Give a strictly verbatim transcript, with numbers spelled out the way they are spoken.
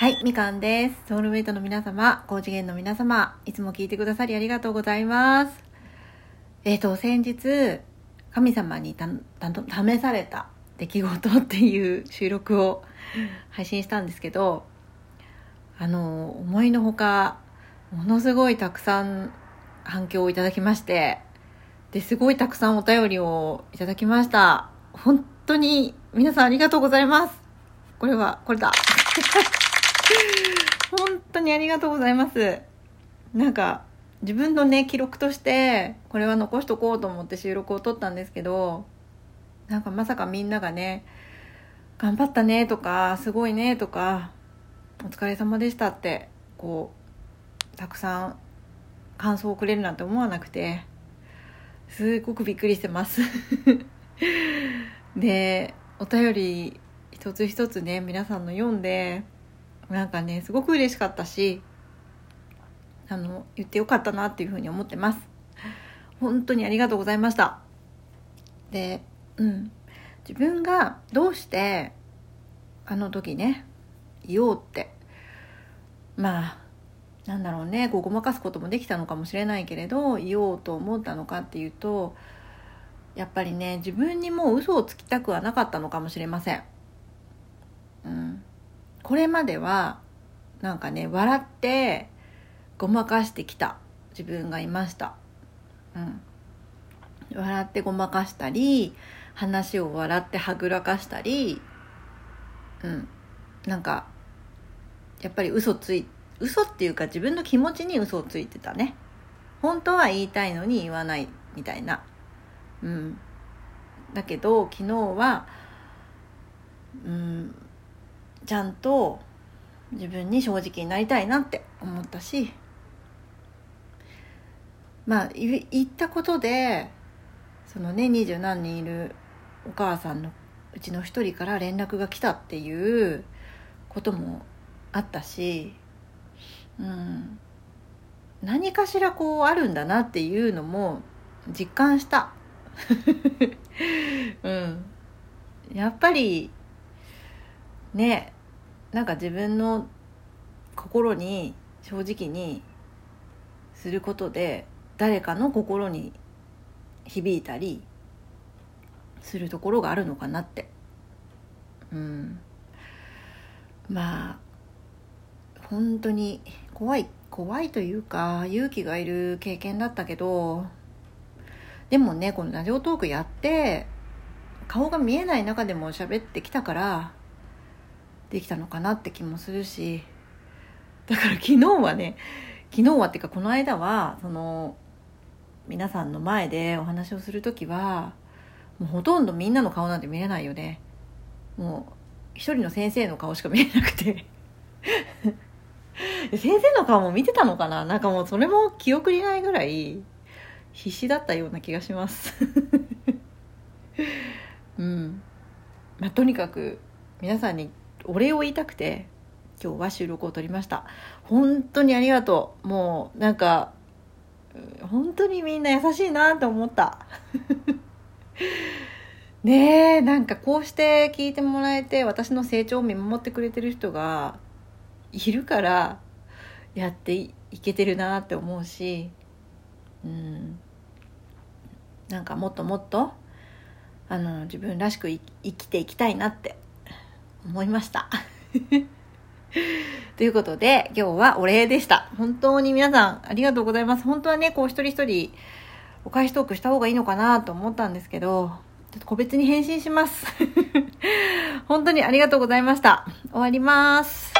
はい、みかんです。ソウルメイトの皆様、高次元の皆様、いつも聞いてくださりありがとうございます。えっ、ー、と、先日、神様にたた試された出来事っていう収録を配信したんですけど、あの、思いのほか、ものすごいたくさん反響をいただきまして、ですごいたくさんお便りをいただきました。本当に皆さんありがとうございます。これは、これだ。本当にありがとうございます。なんか自分のね記録としてこれは残しとこうと思って収録を撮ったんですけど、なんかまさかみんながね頑張ったねとかすごいねとかお疲れ様でしたってこうたくさん感想をくれるなんて思わなくてすごくびっくりしてますでお便り一つ一つね皆さんの読んでなんかねすごく嬉しかったし、あの言ってよかったなっていうふうに思ってます。本当にありがとうございました。で、うん、自分がどうしてあの時ね言おうってまあなんだろうねこうごまかすこともできたのかもしれないけれど言おうと思ったのかっていうと、やっぱりね自分にもう嘘をつきたくはなかったのかもしれません。うんこれまではなんかね笑ってごまかしてきた自分がいました、うん、笑ってごまかしたり話を笑ってはぐらかしたり、うん、なんかやっぱり嘘つい嘘っていうか自分の気持ちに嘘をついてたね。本当は言いたいのに言わないみたいな、うん、だけど昨日は、うん、ちゃんと自分に正直になりたいなって思ったし、まあ言ったことでそのね二十何人いるお母さんのうちの一人から連絡が来たっていうこともあったし、うん、何かしらこうあるんだなっていうのも実感したうん、やっぱりねなんか自分の心に正直にすることで誰かの心に響いたりするところがあるのかなって、うん、まあ本当に怖い怖いというか勇気がいる経験だったけど、でもねこのラジオトークやって顔が見えない中でも喋ってきたからできたのかなって気もするし、だから昨日はね昨日はっていうかこの間はその皆さんの前でお話をするときはもうほとんどみんなの顔なんて見えないよね。もう一人の先生の顔しか見えなくて先生の顔も見てたのかな、なんかもうそれも記憶にないぐらい必死だったような気がしますうんまあとにかく皆さんにお礼を言いたくて今日は収録を撮りました。本当にありがとう。もうなんか本当にみんな優しいなと思ったねえ、なんかこうして聞いてもらえて私の成長を見守ってくれてる人がいるからやっていけてるなって思うし、うん、なんかもっともっとあの自分らしく生きていきたいなって思いましたということで今日はお礼でした。本当に皆さんありがとうございます。本当はねこう一人一人お返しトークした方がいいのかなと思ったんですけど、ちょっと個別に返信します本当にありがとうございました。終わります。